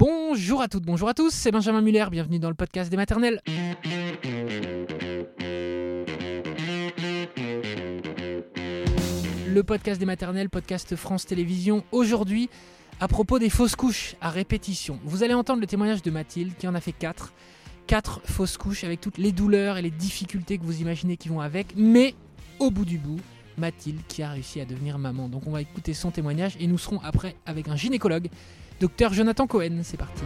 Bonjour à toutes, bonjour à tous, c'est Benjamin Muller, bienvenue dans le podcast des maternelles. Le podcast des maternelles, podcast France Télévisions, aujourd'hui à propos des fausses couches à répétition. Vous allez entendre le témoignage de Mathilde qui en a fait 4. 4 fausses couches avec toutes les douleurs et les difficultés que vous imaginez qui vont avec, mais au bout du bout, Mathilde qui a réussi à devenir maman. Donc on va écouter son témoignage et nous serons après avec un gynécologue, Dr Jonathan Cohen. C'est parti.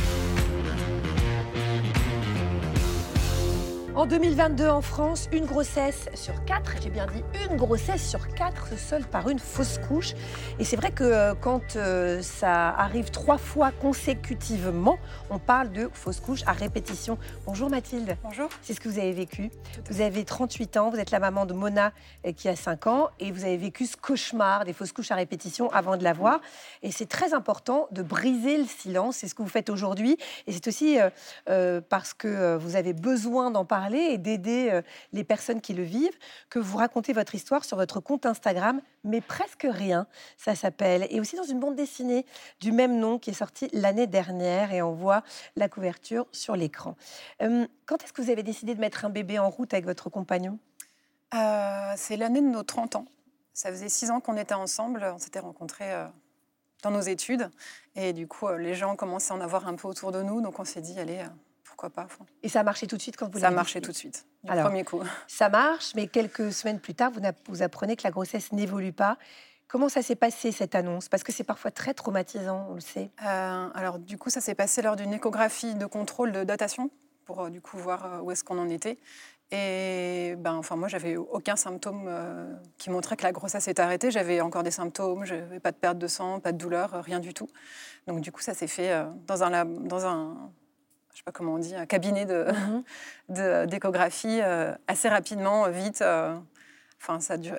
En 2022, en France, une grossesse sur 4, j'ai bien dit une grossesse sur 4 se solde par une fausse couche. Et c'est vrai que quand ça arrive 3 fois consécutivement, on parle de fausse couche à répétition. Bonjour Mathilde. Bonjour. C'est ce que vous avez vécu. Vous avez 38 ans, vous êtes la maman de Mona qui a 5 ans et vous avez vécu ce cauchemar des fausses couches à répétition avant de l'avoir. Et c'est très important de briser le silence. C'est ce que vous faites aujourd'hui. Et c'est aussi parce que vous avez besoin d'en parler et d'aider les personnes qui le vivent, que vous racontez votre histoire sur votre compte Instagram, mais presque rien, ça s'appelle. Et aussi dans une bande dessinée du même nom qui est sortie l'année dernière et on voit la couverture sur l'écran. Quand est-ce que vous avez décidé de mettre un bébé en route avec votre compagnon ? C'est l'année de nos 30 ans. Ça faisait 6 ans qu'on était ensemble, on s'était rencontrés dans nos études et du coup les gens commençaient à en avoir un peu autour de nous, donc on s'est dit allez... pourquoi pas. Et ça a marché tout de suite quand vous l'avez Ça a décidé ? marché tout de suite, du Alors, premier coup. Ça marche, mais quelques semaines plus tard, vous apprenez que la grossesse n'évolue pas. Comment ça s'est passé, cette annonce ? Parce que c'est parfois très traumatisant, on le sait. Alors, du coup, ça s'est passé lors d'une échographie de contrôle de datation, pour du coup voir où est-ce qu'on en était. Et moi, j'avais aucun symptôme qui montrait que la grossesse était arrêtée. J'avais encore des symptômes, je n'avais pas de perte de sang, pas de douleur, rien du tout. Donc, du coup, ça s'est fait dans un je sais pas comment on dit, un cabinet d'échographie assez rapidement, vite. Ça dure,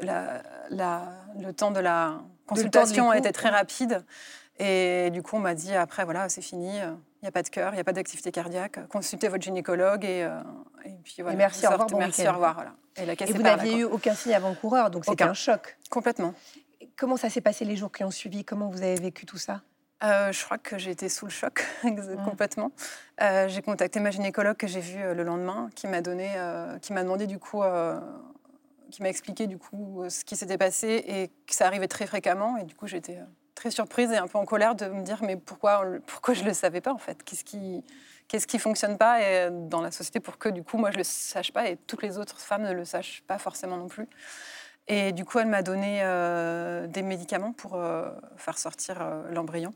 le temps de la consultation était très rapide. Et du coup, on m'a dit, après, voilà, c'est fini, il n'y a pas de cœur, il n'y a pas d'activité cardiaque, consultez votre gynécologue et puis voilà. Et merci, au revoir, bon merci, week-end. au revoir, voilà. Et vous n'aviez eu aucun signe avant-coureur, donc c'était un choc. Complètement. Comment ça s'est passé les jours qui ont suivi ? Comment vous avez vécu tout ça ? Je crois que j'ai été sous le choc complètement. J'ai contacté ma gynécologue que j'ai vue le lendemain, qui m'a demandé du coup, qui m'a expliqué du coup ce qui s'était passé et que ça arrivait très fréquemment. Et du coup, j'étais très surprise et un peu en colère de me dire mais pourquoi je le savais pas en fait ? Qu'est-ce qui fonctionne pas dans la société pour que du coup moi je le sache pas et toutes les autres femmes ne le sachent pas forcément non plus. Et du coup, elle m'a donné des médicaments pour faire sortir l'embryon.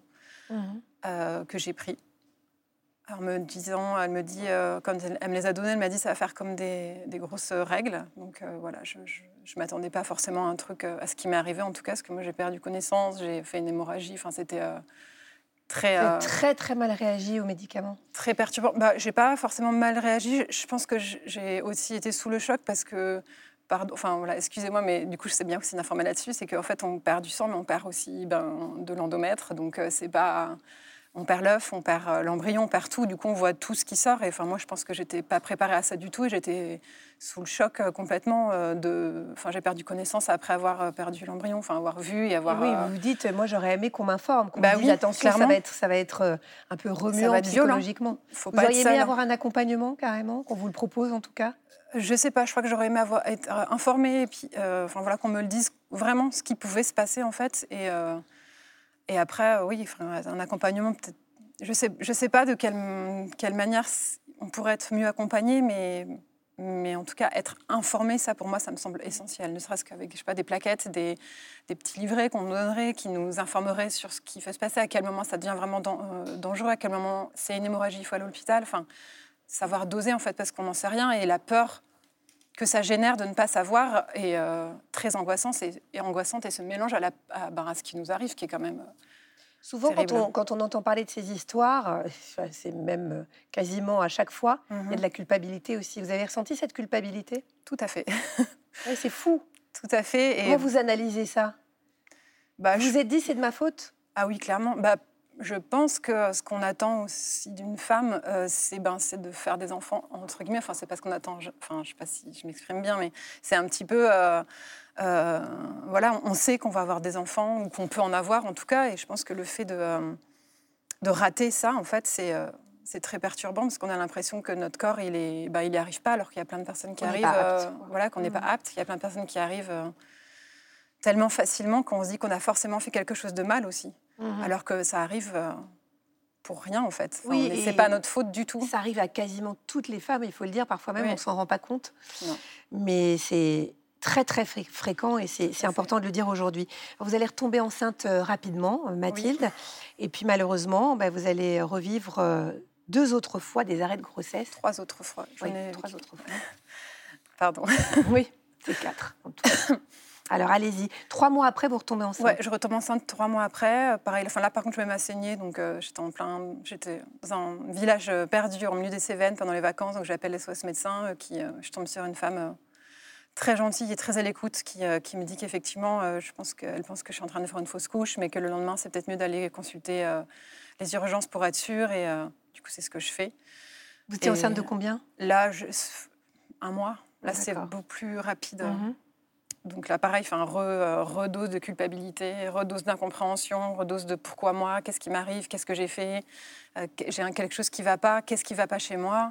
Que j'ai pris. Elle me dit, quand elle me les a donnés, elle m'a dit ça va faire comme des grosses règles. Donc voilà, je m'attendais pas forcément à un truc, à ce qui m'est arrivé en tout cas, parce que moi j'ai perdu connaissance, j'ai fait une hémorragie, enfin c'était très... très très mal réagi aux médicaments. Très perturbant. J'ai pas forcément mal réagi, je pense que j'ai aussi été sous le choc parce que... excusez-moi, mais du coup, je sais bien aussi d'informer là-dessus, c'est qu'en fait, on perd du sang, mais on perd aussi de l'endomètre. Donc, c'est pas... On perd l'œuf, on perd l'embryon, on perd tout. Du coup, on voit tout ce qui sort. Et moi, je pense que j'étais pas préparée à ça du tout. Et j'étais sous le choc complètement j'ai perdu connaissance après avoir perdu l'embryon, avoir vu et avoir... Et oui, vous vous dites, moi, j'aurais aimé qu'on m'informe, qu'on me dise, oui, attention, ça va être un peu remuant psychologiquement. Faut vous pas auriez être aimé seul, avoir un accompagnement, carrément, qu'on vous le propose, en tout cas ? Je sais pas, je crois que j'aurais aimé être informée et puis qu'on me le dise vraiment ce qui pouvait se passer en fait et après oui, un accompagnement peut-être je sais pas de quelle manière on pourrait être mieux accompagné mais en tout cas être informé, ça pour moi ça me semble essentiel, ne serait-ce qu'avec des plaquettes, des petits livrets qu'on nous donnerait qui nous informaeraient sur ce qui peut se passer, à quel moment ça devient vraiment dangereux, à quel moment c'est une hémorragie, il faut aller à l'hôpital, savoir doser en fait parce qu'on n'en sait rien et la peur que ça génère de ne pas savoir est très angoissante et se mélange à ce qui nous arrive, qui est quand même souvent terrible. Quand on entend parler de ces histoires, c'est même quasiment à chaque fois, il y a de la culpabilité aussi. Vous avez ressenti cette culpabilité ? Tout à fait. Ouais, c'est fou. Tout à fait. Comment vous analysez ça ? Vous vous êtes dit c'est de ma faute ? Ah oui, clairement. Je pense que ce qu'on attend aussi d'une femme, c'est de faire des enfants, entre guillemets. C'est pas ce qu'on attend. Je sais pas si je m'exprime bien, mais c'est un petit peu... on sait qu'on va avoir des enfants, ou qu'on peut en avoir, en tout cas. Et je pense que le fait de rater ça, en fait, c'est très perturbant parce qu'on a l'impression que notre corps, il y arrive pas, alors qu'il y a plein de personnes qui arrivent, qu'on n'est pas apte. Il y a plein de personnes qui arrivent tellement facilement qu'on se dit qu'on a forcément fait quelque chose de mal aussi, alors que ça arrive pour rien, en fait. Oui, c'est pas notre faute du tout. Ça arrive à quasiment toutes les femmes, il faut le dire. Parfois même, on s'en rend pas compte. Non. Mais c'est très, très fréquent et c'est important de le dire aujourd'hui. Vous allez retomber enceinte rapidement, Mathilde. Oui. Et puis, malheureusement, vous allez revivre 2 autres fois des arrêts de grossesse. 3 autres fois. 3 autres fois. Pardon. Oui, c'est 4 en tout. Alors, allez-y. 3 mois après, vous retombez enceinte. Oui, je retombe enceinte 3 mois après. Pareil, là, par contre, je vais m'assaigner. Donc, j'étais dans un village perdu, au milieu des Cévennes, pendant les vacances. Donc, j'appelle les SOS médecins. Je tombe sur une femme très gentille et très à l'écoute qui me dit qu'effectivement, elle pense que je suis en train de faire une fausse couche, mais que le lendemain, c'est peut-être mieux d'aller consulter les urgences pour être sûre. Et du coup, c'est ce que je fais. Vous étiez enceinte de combien ? Là, 1 mois. Là, c'est beaucoup plus rapide. Donc là, pareil, redose de culpabilité, redose d'incompréhension, redose de pourquoi moi, qu'est-ce qui m'arrive, qu'est-ce que j'ai fait, j'ai quelque chose qui ne va pas, qu'est-ce qui ne va pas chez moi.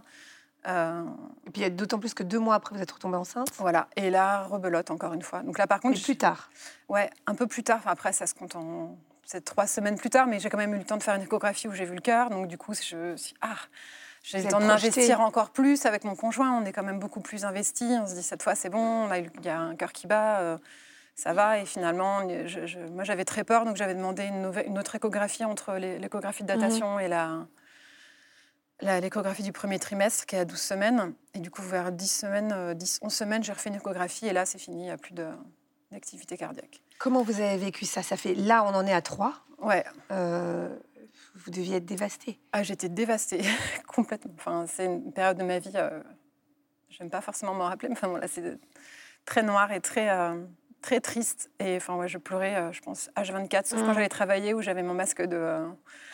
Et puis d'autant plus que 2 mois après, vous êtes retombée enceinte. Voilà, et là, rebelote encore une fois. Donc là, par contre, plus tard. Ouais, un peu plus tard. Après, ça se compte c'est 3 semaines plus tard, mais j'ai quand même eu le temps de faire une échographie où j'ai vu le cœur. Donc du coup, j'ai eu le temps de m'investir encore plus avec mon conjoint. On est quand même beaucoup plus investis. On se dit, cette fois, c'est bon, il y a un cœur qui bat, ça va. Et finalement, moi, j'avais très peur, donc j'avais demandé une autre échographie entre l'échographie de datation et l'échographie du premier trimestre, qui est à 12 semaines. Et du coup, vers 11 semaines, j'ai refait une échographie. Et là, c'est fini, il n'y a plus d'activité cardiaque. Comment vous avez vécu ça ? Là, on en est à 3. Ouais. Vous deviez être dévastée. J'étais dévastée, complètement. C'est une période de ma vie, je n'aime pas forcément m'en rappeler, mais là, c'est très noir et très, très triste. Et je pleurais, je pense, H24, sauf quand j'allais travailler, où j'avais mon masque de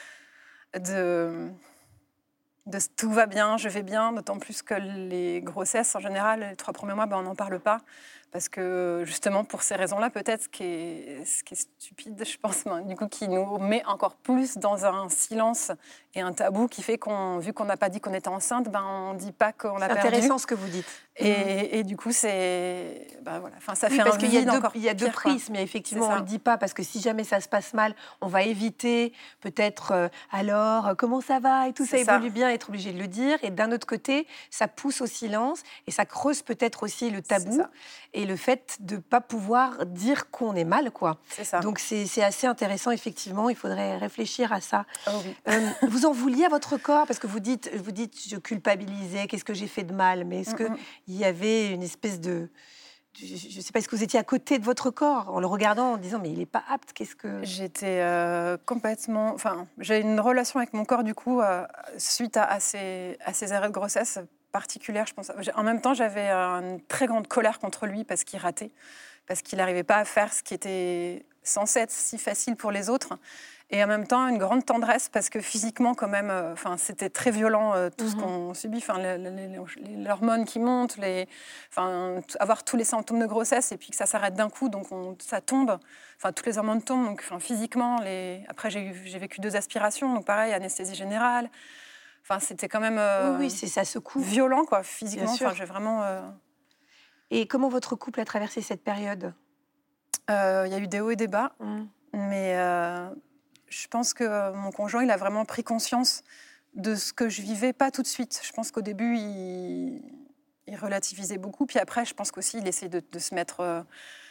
tout va bien, je vais bien, d'autant plus que les grossesses, en général, les 3 premiers mois, on n'en parle pas. Parce que, justement, pour ces raisons-là, peut-être, ce qui est stupide, je pense, du coup, qui nous met encore plus dans un silence et un tabou qui fait vu qu'on n'a pas dit qu'on était enceinte, on ne dit pas qu'on a perdu. C'est intéressant ce que vous dites. Et du coup, c'est... voilà. Ça fait parce un qu'il y a 2 prismes, mais effectivement, on ne le dit pas, parce que si jamais ça se passe mal, on va éviter, peut-être, alors, comment ça va, et tout ça évolue bien, être obligé de le dire. Et d'un autre côté, ça pousse au silence, et ça creuse peut-être aussi le tabou. Et le fait de ne pas pouvoir dire qu'on est mal, quoi. C'est ça. Donc, c'est assez intéressant, effectivement. Il faudrait réfléchir à ça. Oh oui. Vous en vouliez à votre corps ? Parce que vous dites, je culpabilisais, qu'est-ce que j'ai fait de mal ? Mais est-ce qu'il y avait une espèce de... Je ne sais pas, est-ce que vous étiez à côté de votre corps en le regardant, en disant, mais il n'est pas apte, qu'est-ce que... J'étais complètement... j'ai une relation avec mon corps, du coup, suite à ces arrêts de grossesse particulière, je pense. En même temps, j'avais une très grande colère contre lui parce qu'il ratait, parce qu'il n'arrivait pas à faire ce qui était censé être si facile pour les autres. Et en même temps, une grande tendresse parce que physiquement, quand même, c'était très violent tout ce qu'on subit. Les hormones qui montent, avoir tous les symptômes de grossesse et puis que ça s'arrête d'un coup, donc ça tombe. Toutes les hormones tombent. Donc, physiquement, après, j'ai vécu 2 aspirations, donc pareil, anesthésie générale. C'était quand même oui, ça secoue. Violent, quoi, physiquement. J'ai vraiment... Et comment votre couple a traversé cette période ? Il y a eu des hauts et des bas, mais je pense que mon conjoint, il a vraiment pris conscience de ce que je vivais, pas tout de suite. Je pense qu'au début, il relativisait beaucoup, puis après, je pense qu'aussi, il essayait de se mettre...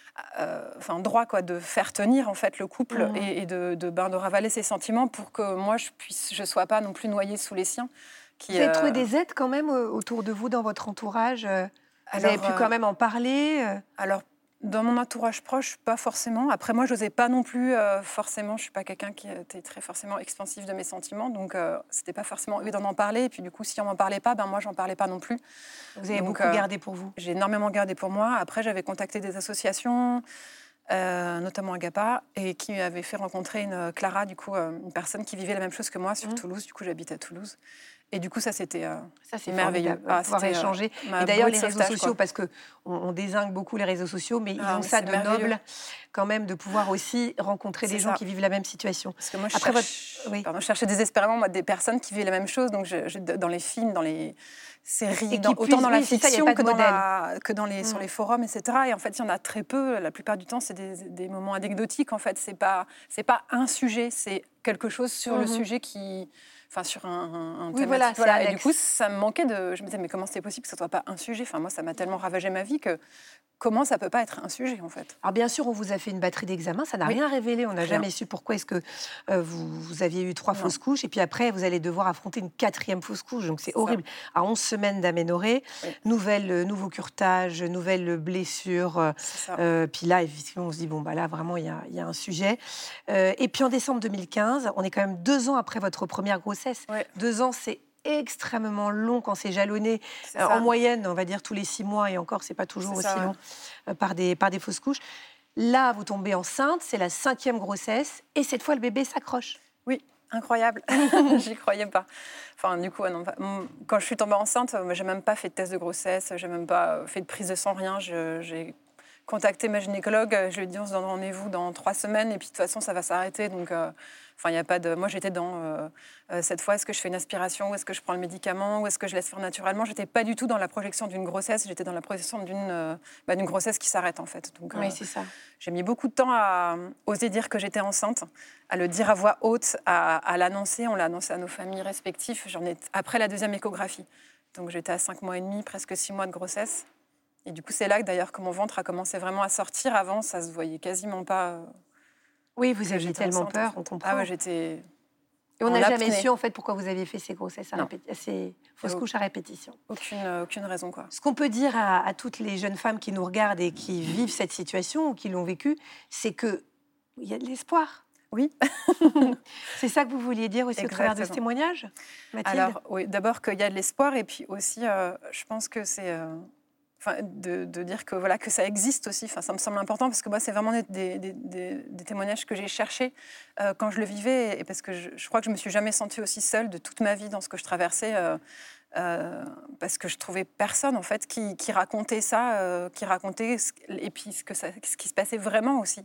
droit, quoi, de faire tenir en fait le couple et de ravaler ses sentiments pour que moi je sois pas non plus noyée sous les siens. Vous avez trouvé des aides quand même autour de vous, dans votre entourage ? Vous avez pu quand même en parler ? Alors, dans mon entourage proche, pas forcément. Après, moi, je n'osais pas non plus forcément. Je suis pas quelqu'un qui était très forcément expansif de mes sentiments, donc c'était pas forcément évident d'en parler. Et puis du coup, si on m'en parlait pas, moi, j'en parlais pas non plus. Vous avez beaucoup gardé pour vous ? J'ai énormément gardé pour moi. Après, j'avais contacté des associations. notamment à Gapa, et qui m'avait fait rencontrer une Clara, du coup, une personne qui vivait la même chose que moi sur Toulouse. Du coup, j'habite à Toulouse. Et du coup, ça, c'était merveilleux. Pouvoir échanger. Et d'ailleurs, les réseaux sociaux, parce qu'on dézingue beaucoup les réseaux sociaux, mais ils ont ça de noble, quand même, de pouvoir aussi rencontrer des gens qui vivent la même situation. Parce que moi, je cherchais désespérément des personnes qui vivaient la même chose. Donc, dans les films, dans les séries, autant dans la fiction que sur les forums, etc. Et en fait, il y en a très peu. La plupart du temps, c'est des moments anecdotiques. En fait, c'est pas un sujet, c'est quelque chose sur le sujet qui... Enfin, sur un thème. Voilà. Et du coup, ça me manquait de... Je me disais, mais comment c'est possible que ce ne soit pas un sujet ? Enfin, moi, ça m'a tellement ravagé ma vie que... Comment ça ne peut pas être un sujet, en fait ? Alors, bien sûr, on vous a fait une batterie d'examens. Ça n'a rien révélé. On n'a jamais su pourquoi est-ce que vous aviez eu 3 fausses couches. Et puis après, vous allez devoir affronter une 4e fausse couche. Donc, c'est horrible. À 11 semaines d'aménorrhée, nouveau curetage, nouvelle blessure. Puis là, effectivement, on se dit, bon, bah là, vraiment, il y a un sujet. Et puis, en décembre 2015, on est quand même 2 ans après votre première grossesse. 2 ans, c'est extrêmement long quand c'est jalonné. En moyenne, on va dire tous les 6 mois, et encore, c'est pas toujours aussi long, par des fausses couches. Là, vous tombez enceinte, c'est la 5e grossesse, et cette fois, le bébé s'accroche. Oui, incroyable. J'y croyais pas. Enfin, du coup, quand je suis tombée enceinte, j'ai même pas fait de test de grossesse, j'ai même pas fait de prise de sang, rien. J'ai contacté ma gynécologue, je lui ai dit on se donne rendez-vous dans 3 semaines, et puis de toute façon, ça va s'arrêter. Donc, il y a pas de... Moi, j'étais dans cette fois, est-ce que je fais une aspiration, ou est-ce que je prends le médicament, ou est-ce que je laisse faire naturellement ? J'étais pas du tout dans la projection d'une grossesse, j'étais dans la projection d'une grossesse qui s'arrête, en fait. Donc, oui, c'est ça. J'ai mis beaucoup de temps à oser dire que j'étais enceinte, à le dire à voix haute, à l'annoncer. On l'a annoncé à nos familles respectives. Après la 2e échographie. Donc, j'étais à 5 mois et demi, presque 6 mois de grossesse. Et du coup, c'est là d'ailleurs que mon ventre a commencé vraiment à sortir. Avant, ça se voyait quasiment pas. Oui, vous aviez tellement peur, on comprend. Ah ouais, j'étais... Et on n'a jamais su, en fait, pourquoi vous aviez fait ces grossesses, ces fausses couches à répétition. Aucune raison, quoi. Ce qu'on peut dire à toutes les jeunes femmes qui nous regardent et qui vivent cette situation ou qui l'ont vécue, c'est qu'il y a de l'espoir. Oui. C'est ça que vous vouliez dire aussi au travers de ce témoignage, Mathilde ? Alors, oui, d'abord qu'il y a de l'espoir, et puis aussi, je pense que c'est... de dire que, voilà, que ça existe aussi, ça me semble important, parce que moi, c'est vraiment des témoignages que j'ai cherchés quand je le vivais, et parce que je crois que je me suis jamais sentie aussi seule de toute ma vie dans ce que je traversais, parce que je trouvais personne, en fait, qui racontait ça, et puis ce qui se passait vraiment aussi.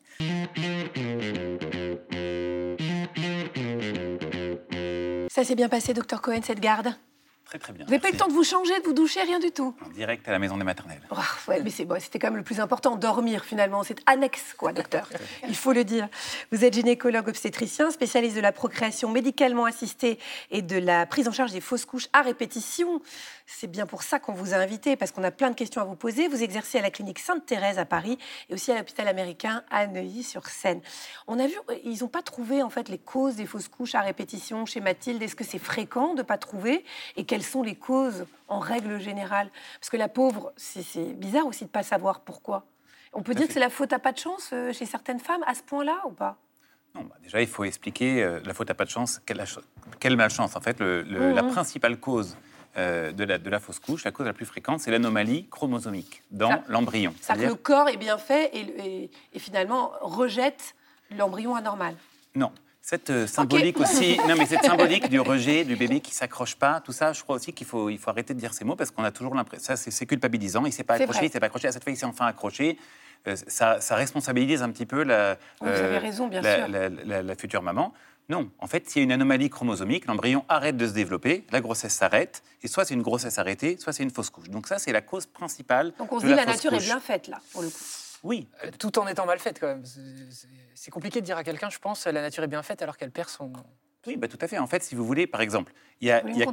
Ça s'est bien passé, Dr Cohen, cette garde ? Très, très bien. Vous n'avez pas eu le temps de vous changer, de vous doucher, rien du tout ? En direct à la maison des maternelles. Ouais, mais c'était quand même le plus important, dormir finalement. C'est annexe, quoi, docteur. Il faut le dire. Vous êtes gynécologue obstétricien, spécialiste de la procréation médicalement assistée et de la prise en charge des fausses couches à répétition. C'est bien pour ça qu'on vous a invité, parce qu'on a plein de questions à vous poser. Vous exercez à la clinique Sainte-Thérèse à Paris et aussi à l'hôpital américain à Neuilly-sur-Seine. On a vu, ils n'ont pas trouvé en fait les causes des fausses couches à répétition chez Mathilde. Est-ce que c'est fréquent de ne pas trouver ? Et quelles sont les causes en règle générale ? Parce que la pauvre, c'est bizarre aussi de ne pas savoir pourquoi. On peut dire que c'est la faute à pas de chance chez certaines femmes à ce point-là ou pas ? Non, déjà, il faut expliquer la faute à pas de chance. Quelle malchance. En fait, la principale cause de la fausse couche, la cause la plus fréquente, c'est l'anomalie chromosomique dans l'embryon. C'est-à-dire que le corps est bien fait et finalement rejette l'embryon anormal. Non. Cette symbolique aussi, non mais cette symbolique du rejet, du bébé qui s'accroche pas, tout ça, je crois aussi qu'il faut arrêter de dire ces mots, parce qu'on a toujours l'impression, ça c'est culpabilisant, il s'est pas accroché, il s'est pas accroché, à cette fois il s'est enfin accroché, ça responsabilise un petit peu vous avez raison, bien sûr. La future maman. Non, en fait, s'il y a une anomalie chromosomique, l'embryon arrête de se développer, la grossesse s'arrête, et soit c'est une grossesse arrêtée, soit c'est une fausse couche. Donc ça, c'est la cause principale. Donc on se dit la nature est bien faite là, pour le coup. Oui. Tout en étant mal faite, quand même. C'est compliqué de dire à quelqu'un, je pense, la nature est bien faite alors qu'elle perd son... Oui, tout à fait. En fait, si vous voulez, par exemple, il y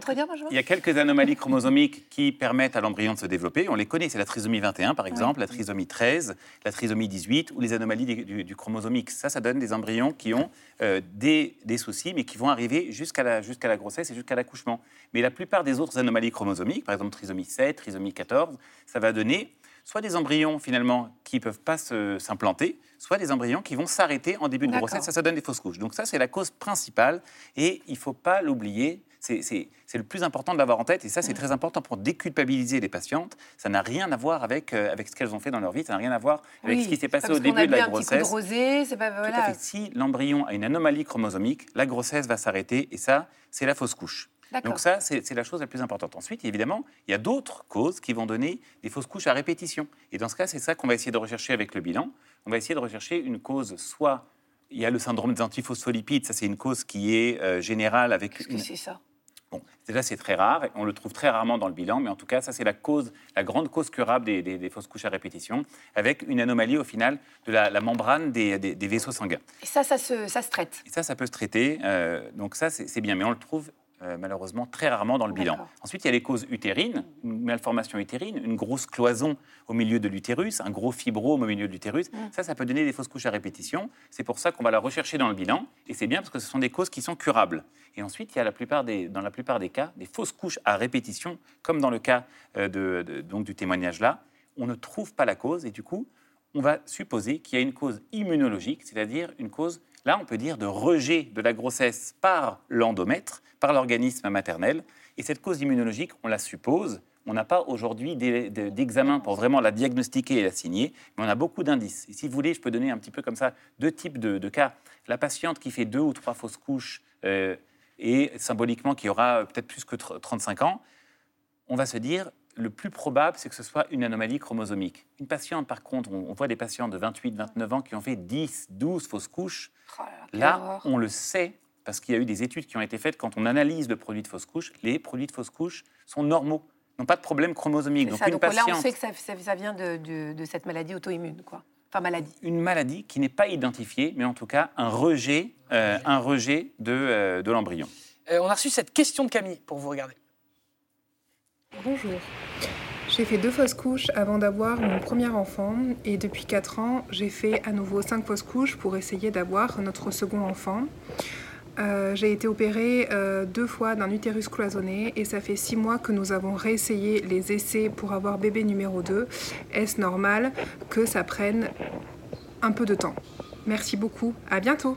a quelques anomalies chromosomiques qui permettent à l'embryon de se développer. On les connaît, c'est la trisomie 21, par exemple, la trisomie 13, la trisomie 18, ou les anomalies du chromosome X. Ça donne des embryons qui ont des soucis, mais qui vont arriver jusqu'à la grossesse et jusqu'à l'accouchement. Mais la plupart des autres anomalies chromosomiques, par exemple trisomie 7, trisomie 14, ça va donner soit des embryons, finalement, qui ne peuvent pas s'implanter, soit des embryons qui vont s'arrêter en début de grossesse. Ça donne des fausses couches. Donc ça, c'est la cause principale. Et il ne faut pas l'oublier, c'est le plus important de l'avoir en tête. Et ça, c'est très important pour déculpabiliser les patientes. Ça n'a rien à voir avec ce qu'elles ont fait dans leur vie. Ça n'a rien à voir avec ce qui s'est passé au début de la grossesse. Un petit coup de rosée, c'est pas... Voilà. Tout à fait. Si l'embryon a une anomalie chromosomique, la grossesse va s'arrêter. Et ça, c'est la fausse couche. Donc ça, c'est la chose la plus importante. Ensuite, évidemment, il y a d'autres causes qui vont donner des fausses couches à répétition. Et dans ce cas, c'est ça qu'on va essayer de rechercher avec le bilan. On va essayer de rechercher une cause, soit il y a le syndrome des antiphospholipides, ça c'est une cause qui est générale avec... Qu'est-ce que c'est ça ? Bon, déjà c'est très rare, on le trouve très rarement dans le bilan, mais en tout cas, ça c'est la grande cause curable des fausses couches à répétition, avec une anomalie au final de la membrane des vaisseaux sanguins. Et ça se traite ? Et ça peut se traiter, donc ça c'est bien, mais on le trouve malheureusement très rarement dans le bilan. Ensuite, il y a les causes utérines, une malformation utérine, une grosse cloison au milieu de l'utérus, un gros fibrome au milieu de l'utérus. Ça peut donner des fausses couches à répétition. C'est pour ça qu'on va la rechercher dans le bilan. Et c'est bien parce que ce sont des causes qui sont curables. Et ensuite, il y a dans la plupart des cas, des fausses couches à répétition, comme dans le cas donc du témoignage là. On ne trouve pas la cause et du coup, on va supposer qu'il y a une cause immunologique, c'est-à-dire une cause, là on peut dire, de rejet de la grossesse par l'endomètre, par l'organisme maternel. Et cette cause immunologique, on la suppose. On n'a pas aujourd'hui d'examen pour vraiment la diagnostiquer et la signer, mais on a beaucoup d'indices. Et si vous voulez, je peux donner un petit peu comme ça 2 types de cas. La patiente qui fait 2 ou 3 fausses couches et symboliquement qui aura peut-être plus que 35 ans, on va se dire, le plus probable, c'est que ce soit une anomalie chromosomique. Une patiente, par contre, on voit des patients de 28, 29 ans qui ont fait 10, 12 fausses couches. Là, on le sait, parce qu'il y a eu des études qui ont été faites, quand on analyse le produit de fausse couche, les produits de fausse couche sont normaux, n'ont pas de problème chromosomique. Donc là, on sait que ça vient de cette maladie auto-immune, quoi. Enfin, maladie. Une maladie qui n'est pas identifiée, mais en tout cas un rejet de l'embryon. On a reçu cette question de Camille pour vous regarder. Bonjour. J'ai fait 2 fausses couches avant d'avoir mon premier enfant et depuis 4 ans, j'ai fait à nouveau 5 fausses couches pour essayer d'avoir notre second enfant. J'ai été opérée 2 fois d'un utérus cloisonné et ça fait 6 mois que nous avons réessayé les essais pour avoir bébé numéro 2. Est-ce normal que ça prenne un peu de temps ? Merci beaucoup, à bientôt.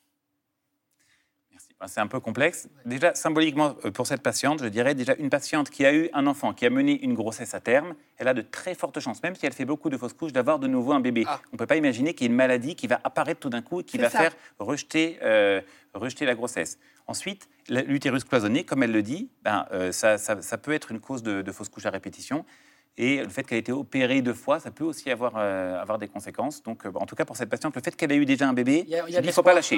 C'est un peu complexe. Déjà, symboliquement, pour cette patiente, je dirais déjà une patiente qui a eu un enfant, qui a mené une grossesse à terme, elle a de très fortes chances, même si elle fait beaucoup de fausses couches, d'avoir de nouveau un bébé. On ne peut pas imaginer qu'il y ait une maladie qui va apparaître tout d'un coup et qui va faire rejeter la grossesse. Ensuite, l'utérus cloisonné, comme elle le dit, ça peut être une cause de fausses couches à répétition. Et le fait qu'elle ait été opérée 2 fois, ça peut aussi avoir des conséquences. Donc, en tout cas, pour cette patiente, le fait qu'elle ait eu déjà un bébé, il ne faut pas lâcher.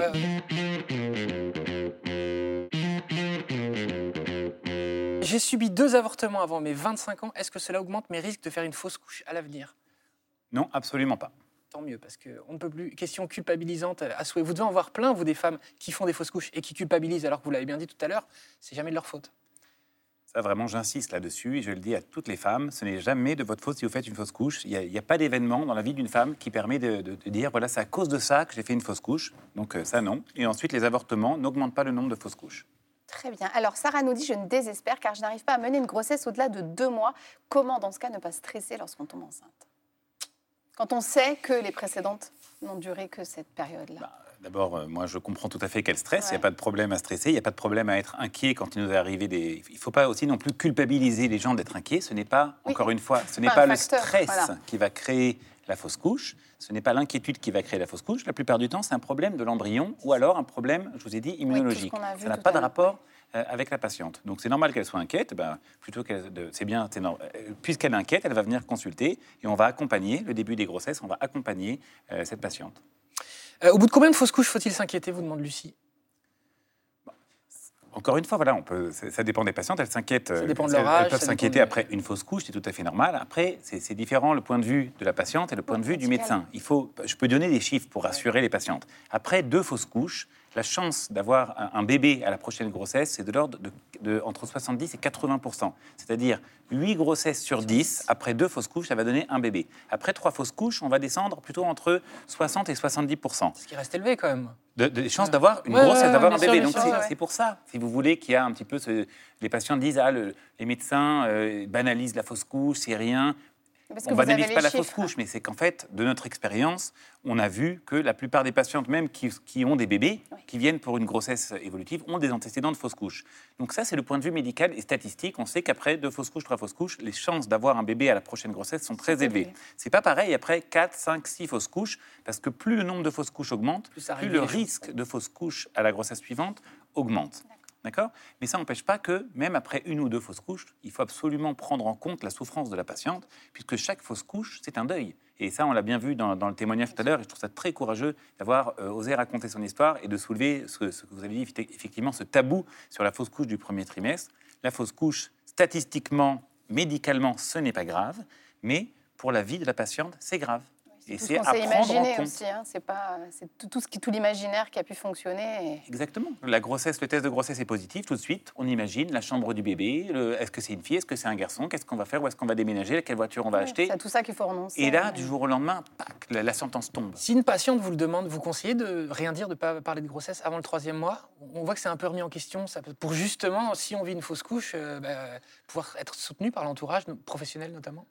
J'ai subi 2 avortements avant mes 25 ans. Est-ce que cela augmente mes risques de faire une fausse couche à l'avenir ? Non, absolument pas. Tant mieux, parce qu'on ne peut plus... Question culpabilisante à souhait. Vous devez en voir plein, vous, des femmes qui font des fausses couches et qui culpabilisent, alors que vous l'avez bien dit tout à l'heure, c'est jamais de leur faute. Ça, vraiment, j'insiste là-dessus et je le dis à toutes les femmes, ce n'est jamais de votre faute si vous faites une fausse couche. Il n'y a pas d'événement dans la vie d'une femme qui permet de dire, voilà, c'est à cause de ça que j'ai fait une fausse couche. Donc ça, non. Et ensuite, les avortements n'augmentent pas le nombre de fausses couches. Très bien. Alors, Sarah nous dit « Je ne désespère car je n'arrive pas à mener une grossesse au-delà de 2 mois. Comment, dans ce cas, ne pas stresser lorsqu'on tombe enceinte ?» Quand on sait que les précédentes n'ont duré que cette période-là. D'abord, moi, je comprends tout à fait qu'elle stresse. Il n'y a pas de problème à stresser. Il n'y a pas de problème à être inquiet quand il nous est arrivé des... Il ne faut pas aussi non plus culpabiliser les gens d'être inquiets. Ce n'est pas, encore une fois, ce n'est pas le stress qui va créer la fausse couche. Ce n'est pas l'inquiétude qui va créer la fausse couche. La plupart du temps, c'est un problème de l'embryon ou alors un problème, je vous ai dit, immunologique. Ça n'a pas de rapport avec la patiente. Donc, c'est normal qu'elle soit inquiète. Puisqu'elle est inquiète, elle va venir consulter et on va accompagner le début des grossesses. On va accompagner cette patiente. Au bout de combien de fausses couches faut-il s'inquiéter, vous demande Lucie ? Encore une fois, voilà, ça dépend des patientes, elles s'inquiètent. Ça dépend de leur âge. Elles peuvent s'inquiéter après une fausse couche, c'est tout à fait normal. Après, c'est différent le point de vue de la patiente et le point de vue du médecin. Je peux donner des chiffres pour rassurer les patientes. Après 2 fausses couches, la chance d'avoir un bébé à la prochaine grossesse, c'est de l'ordre de entre 70 et 80%. C'est-à-dire 8 grossesses sur 10, après 2 fausses couches, ça va donner un bébé. Après 3 fausses couches, on va descendre plutôt entre 60 et 70%. Ce qui reste élevé quand même. Des chances d'avoir une grossesse, d'avoir un bébé. Donc c'est pour ça, si vous voulez, qu'il y a un petit peu... Les patients disent, les médecins banalisent la fausse couche, c'est rien. On ne banalise pas la fausse couche, mais c'est qu'en fait, de notre expérience, on a vu que la plupart des patientes, même qui ont des bébés, qui viennent pour une grossesse évolutive, ont des antécédents de fausse couche. Donc ça, c'est le point de vue médical et statistique. On sait qu'après 2 fausses couches, 3 fausses couches, les chances d'avoir un bébé à la prochaine grossesse sont très élevées. C'est pas pareil après 4, 5, 6 fausses couches, parce que plus le nombre de fausses couches augmente, plus le risque de fausse couche à la grossesse suivante augmente. D'accord ? Mais ça n'empêche pas que, même après 1 ou 2 fausses couches, il faut absolument prendre en compte la souffrance de la patiente, puisque chaque fausse couche, c'est un deuil. Et ça, on l'a bien vu dans le témoignage tout à l'heure, et je trouve ça très courageux d'avoir osé raconter son histoire et de soulever ce que vous avez dit, effectivement, ce tabou sur la fausse couche du premier trimestre. La fausse couche, statistiquement, médicalement, ce n'est pas grave, mais pour la vie de la patiente, c'est grave. Et c'est à prendre en compte. Aussi, hein. C'est tout l'imaginaire qui a pu fonctionner. Exactement. La grossesse, le test de grossesse est positif. Tout de suite, on imagine la chambre du bébé. Est-ce que c'est une fille ? Est-ce que c'est un garçon ? Qu'est-ce qu'on va faire ? Où est-ce qu'on va déménager ? Quelle voiture on va acheter ? C'est tout ça qu'il faut renoncer. Et là, du jour au lendemain, la sentence tombe. Si une patiente vous le demande, vous conseillez de rien dire, de ne pas parler de grossesse avant le 3e mois ? On voit que c'est un peu remis en question. Pour justement, si on vit une fausse couche, pouvoir être soutenu par l'entourage professionnel notamment.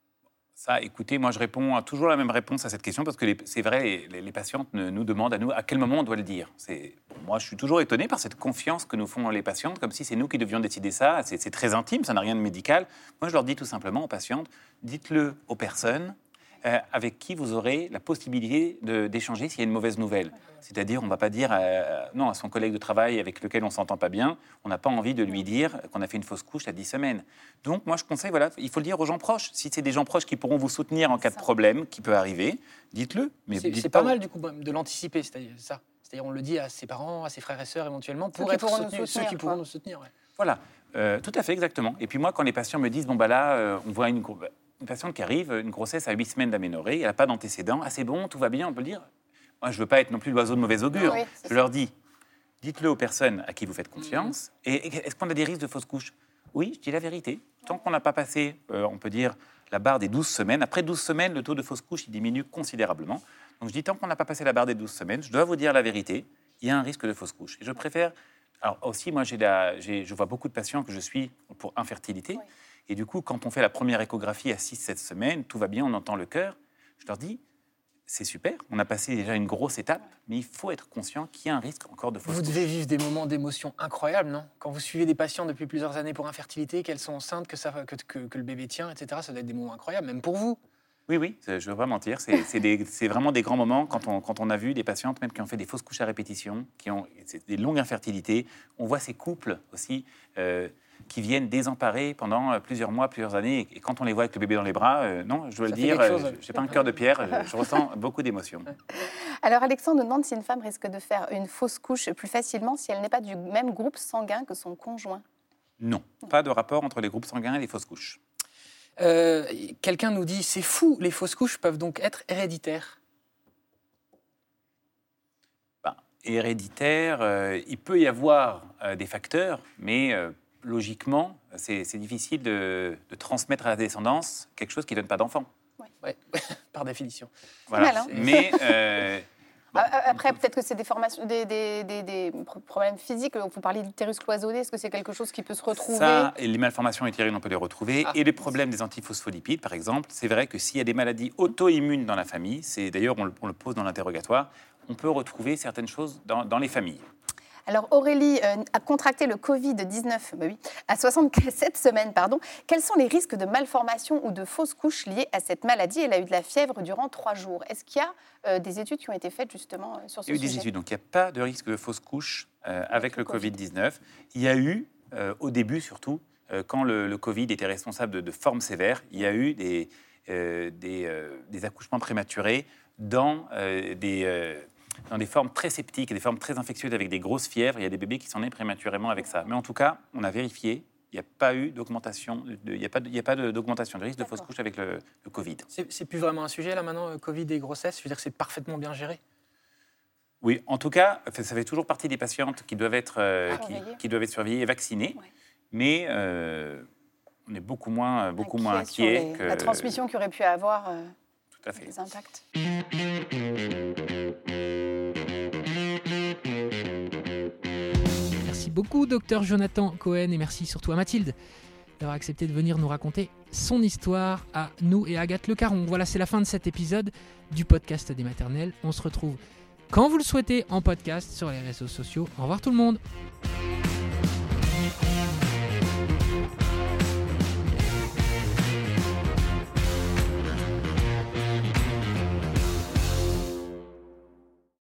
Ça, écoutez, moi je réponds toujours la même réponse à cette question parce que c'est vrai, les patientes nous demandent à quel moment on doit le dire. Moi, je suis toujours étonné par cette confiance que nous font les patientes, comme si c'est nous qui devions décider ça. C'est très intime, ça n'a rien de médical. Moi, je leur dis tout simplement aux patientes, dites-le aux personnes avec qui vous aurez la possibilité d'échanger s'il y a une mauvaise nouvelle. C'est-à-dire, on ne va pas dire à son collègue de travail avec lequel on ne s'entend pas bien, on n'a pas envie de lui dire qu'on a fait une fausse couche à 10 semaines. Donc, moi, je conseille, il faut le dire aux gens proches. Si c'est des gens proches qui pourront vous soutenir en cas de problème qui peut arriver, dites-le. Mais c'est pas mal, du coup, de l'anticiper, c'est-à-dire ça. C'est-à-dire, on le dit à ses parents, à ses frères et sœurs, éventuellement, pour être soutenus, ceux qui pourront nous soutenir. Ouais. Voilà, tout à fait, exactement. Et puis moi, quand les patients me disent, on voit une patiente qui arrive, une grossesse à 8 semaines d'aménorrhée, elle n'a pas d'antécédents, c'est bon, tout va bien, on peut le dire. Moi, je ne veux pas être non plus l'oiseau de mauvais augure. Je leur dis, dites-le aux personnes à qui vous faites confiance. Et est-ce qu'on a des risques de fausse couche ? Oui, je dis la vérité. Tant qu'on n'a pas passé, on peut dire, la barre des 12 semaines, après 12 semaines, le taux de fausse couche il diminue considérablement. Donc je dis, tant qu'on n'a pas passé la barre des 12 semaines, je dois vous dire la vérité, il y a un risque de fausse couche. Et je préfère... Alors aussi, moi, je vois beaucoup de patients que je suis pour infertilité. Oui. Et du coup, quand on fait la première échographie à 6-7 semaines, tout va bien, on entend le cœur. Je leur dis, c'est super, on a passé déjà une grosse étape, mais il faut être conscient qu'il y a un risque encore de fausse couche. Vous devez vivre des moments d'émotion incroyables, non ? Quand vous suivez des patients depuis plusieurs années pour infertilité, qu'elles sont enceintes, que le bébé tient, etc., ça doit être des moments incroyables, même pour vous. Oui, je ne veux pas mentir, c'est vraiment des grands moments quand on a vu des patientes même qui ont fait des fausses couches à répétition, qui ont des longues infertilités. On voit ces couples aussi qui viennent désemparés pendant plusieurs mois, plusieurs années. Et quand on les voit avec le bébé dans les bras, non, je dois le dire, je n'ai pas un cœur de pierre, je ressens beaucoup d'émotions. Alors Alexandre nous demande si une femme risque de faire une fausse couche plus facilement si elle n'est pas du même groupe sanguin que son conjoint. Non, pas de rapport entre les groupes sanguins et les fausses couches. Quelqu'un nous dit, c'est fou, les fausses couches peuvent donc être héréditaires. Héréditaire, il peut y avoir des facteurs, mais logiquement, c'est difficile de transmettre à la descendance quelque chose qui ne donne pas d'enfant. Ouais, par définition. Voilà. Mal, hein. Mais après, peut-être que c'est des formations, des problèmes physiques. Vous parlez d'utérus cloisonné. Est-ce que c'est quelque chose qui peut se retrouver ? Ça, et les malformations utérines, on peut les retrouver. Et les problèmes des antiphospholipides, par exemple, c'est vrai que s'il y a des maladies auto-immunes dans la famille, d'ailleurs, on le pose dans l'interrogatoire, on peut retrouver certaines choses dans les familles. Alors Aurélie a contracté le Covid-19 à 67 semaines. Quels sont les risques de malformation ou de fausse couche liés à cette maladie ? Elle a eu de la fièvre durant 3 jours. Est-ce qu'il y a des études qui ont été faites justement sur ce sujet ? Il y a eu des études, donc il n'y a pas de risque de fausse couche avec le Covid-19. Il y a eu, au début surtout, quand le Covid était responsable de formes sévères, il y a eu des accouchements prématurés dans des formes très septiques, des formes très infectieuses avec des grosses fièvres. Il y a des bébés qui sont nés prématurément avec ça. Mais en tout cas, on a vérifié, il n'y a pas eu d'augmentation, il n'y a pas d'augmentation de risque de fausse couche avec le Covid. C'est plus vraiment un sujet là maintenant, Covid et grossesse. Je veux dire que c'est parfaitement bien géré. Oui, en tout cas, ça fait toujours partie des patientes qui doivent être surveillées et vaccinées. Ouais. Mais on est beaucoup moins inquiets que la transmission qu'il aurait pu avoir. Tout à fait. Des impacts. Merci beaucoup, docteur Jonathan Cohen, et merci surtout à Mathilde d'avoir accepté de venir nous raconter son histoire à nous et à Agathe Le Caron. Voilà, c'est la fin de cet épisode du podcast des maternelles. On se retrouve quand vous le souhaitez en podcast sur les réseaux sociaux. Au revoir tout le monde.